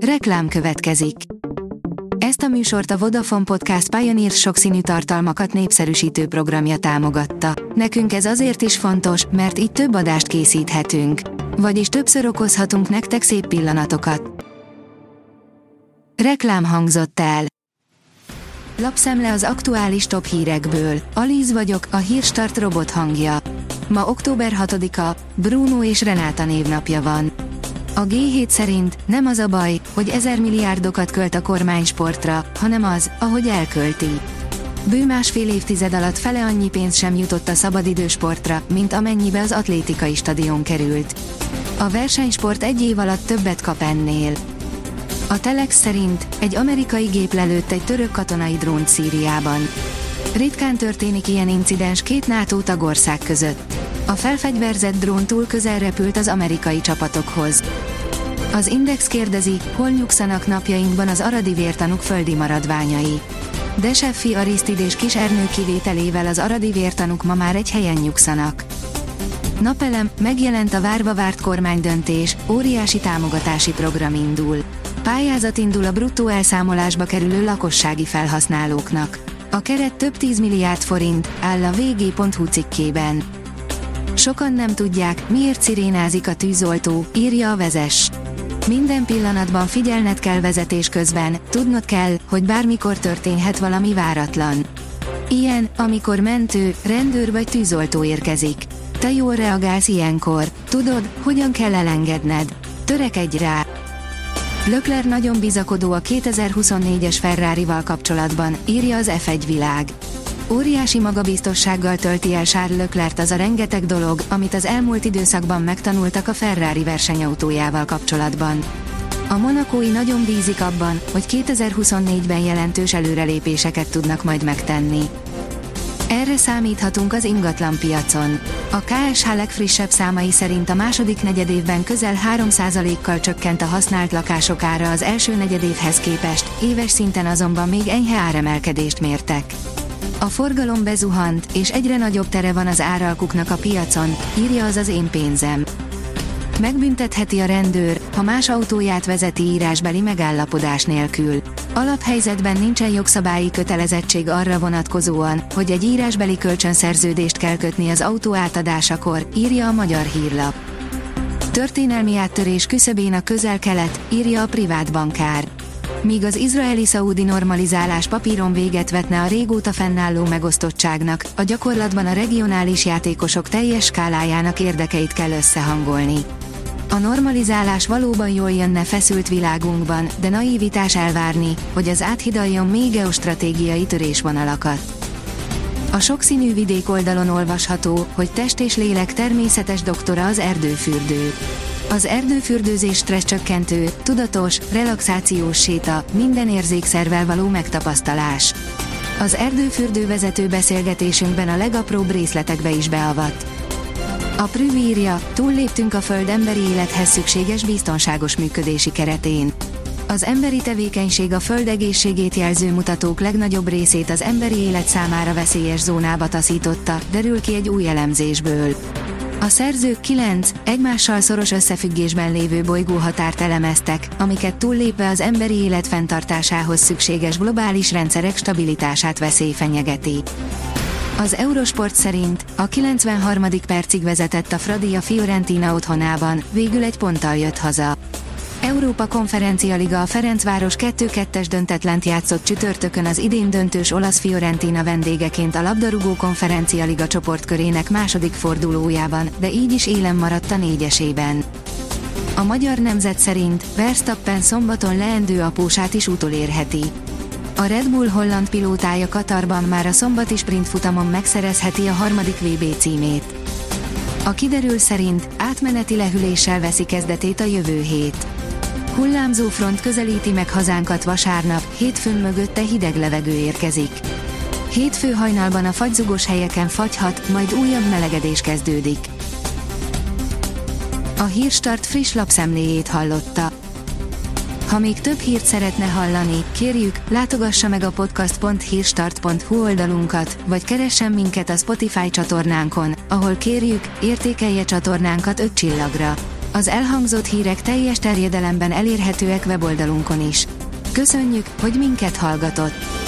Reklám következik. Ezt a műsort a Vodafone Podcast Pioneer sokszínű tartalmakat népszerűsítő programja támogatta. Nekünk ez azért is fontos, mert így több adást készíthetünk. Vagyis többször okozhatunk nektek szép pillanatokat. Reklám hangzott el. Lapszemle az aktuális top hírekből. Alíz vagyok, a Hírstart robot hangja. Ma október 6-a, Bruno és Renáta névnapja van. A G7 szerint nem az a baj, hogy 1000 milliárdokat költ a kormány sportra, hanem az, ahogy elkölti. Bő másfél évtized alatt fele annyi pénz sem jutott a szabadidősportra, mint amennyibe az atlétikai stadion került. A versenysport egy év alatt többet kap ennél. A Telex szerint egy amerikai gép lelőtt egy török katonai drónt Szíriában. Ritkán történik ilyen incidens két NATO tagország között. A felfegyverzett drón túl közel repült az amerikai csapatokhoz. Az Index kérdezi, hol nyugszanak napjainkban az aradi vértanúk földi maradványai. Deseffi Arisztid és Kis Ernő kivételével az aradi vértanúk ma már egy helyen nyugszanak. Napelem, megjelent a várva várt kormánydöntés, óriási támogatási program indul. Pályázat indul a bruttó elszámolásba kerülő lakossági felhasználóknak. A keret több 10 milliárd forint, áll a vg.hu cikkében. Sokan nem tudják, miért szirénázik a tűzoltó, írja a Vezess. Minden pillanatban figyelned kell vezetés közben, tudnod kell, hogy bármikor történhet valami váratlan. Ilyen, amikor mentő, rendőr vagy tűzoltó érkezik. Te jól reagálsz ilyenkor, tudod, hogyan kell elengedned. Törekedj rá! Leclerc nagyon bizakodó a 2024-es Ferrarival kapcsolatban, írja az F1 világ. Óriási magabiztossággal tölti el Charles Leclerc az a rengeteg dolog, amit az elmúlt időszakban megtanultak a Ferrari versenyautójával kapcsolatban. A monakói nagyon bízik abban, hogy 2024-ben jelentős előrelépéseket tudnak majd megtenni. Erre számíthatunk az ingatlanpiacon. A KSH legfrissebb számai szerint a második negyedévben közel 3%-kal csökkent a használt lakások ára az első negyedévhez képest, éves szinten azonban még enyhe áremelkedést mértek. A forgalom bezuhant, és egyre nagyobb tere van az áralkuknak a piacon, írja az Én pénzem. Megbüntetheti a rendőr, ha más autóját vezeti írásbeli megállapodás nélkül. Alaphelyzetben nincsen jogszabályi kötelezettség arra vonatkozóan, hogy egy írásbeli kölcsönszerződést kell kötni az autó átadásakor, írja a Magyar Hírlap. Történelmi áttörés küszöbén a Közel-Kelet, írja a Privát Bankár. Míg az izraeli-szaúdi normalizálás papíron véget vetne a régóta fennálló megosztottságnak, a gyakorlatban a regionális játékosok teljes skálájának érdekeit kell összehangolni. A normalizálás valóban jól jönne feszült világunkban, de naivitás elvárni, hogy az áthidaljon még geostratégiai törésvonalakat. A sokszínű vidék oldalon olvasható, hogy test és lélek természetes doktora az erdőfürdő. Az erdőfürdőzés stresszcsökkentő, tudatos, relaxációs séta, minden érzékszervvel való megtapasztalás. Az erdőfürdő vezető beszélgetésünkben a legapróbb részletekbe is beavat. A Prüv írja, túlléptünk a Föld emberi élethez szükséges biztonságos működési keretén. Az emberi tevékenység a Föld egészségét jelző mutatók legnagyobb részét az emberi élet számára veszélyes zónába taszította, derül ki egy új elemzésből. A szerzők 9, egymással szoros összefüggésben lévő bolygóhatárt elemeztek, amiket túllépve az emberi élet fenntartásához szükséges globális rendszerek stabilitását veszély fenyegeti. Az Eurosport szerint a 93. percig vezetett a Fradi a Fiorentina otthonában, végül egy ponttal jött haza. Európa Konferencia Liga a Ferencváros 2-2-es döntetlent játszott csütörtökön az idén döntős olasz Fiorentina vendégeként a labdarúgó Konferencia Liga csoportkörének második fordulójában, de így is élen maradt a négyesében. A Magyar Nemzet szerint Verstappen szombaton leendő apósát is utolérheti. A Red Bull holland pilótája Katarban már a szombati sprint futamon megszerezheti a harmadik VB címét. A kiderül szerint átmeneti lehűléssel veszi kezdetét a jövő hét. Hullámzó front közelíti meg hazánkat vasárnap, hétfőn mögötte hideg levegő érkezik. Hétfő hajnalban a fagyzugos helyeken fagyhat, majd újabb melegedés kezdődik. A Hírstart friss lapszemléjét hallotta. Ha még több hírt szeretne hallani, kérjük, látogassa meg a podcast.hírstart.hu oldalunkat, vagy keressen minket a Spotify csatornánkon, ahol kérjük, értékelje csatornánkat 5 csillagra. Az elhangzott hírek teljes terjedelemben elérhetőek weboldalunkon is. Köszönjük, hogy minket hallgatott!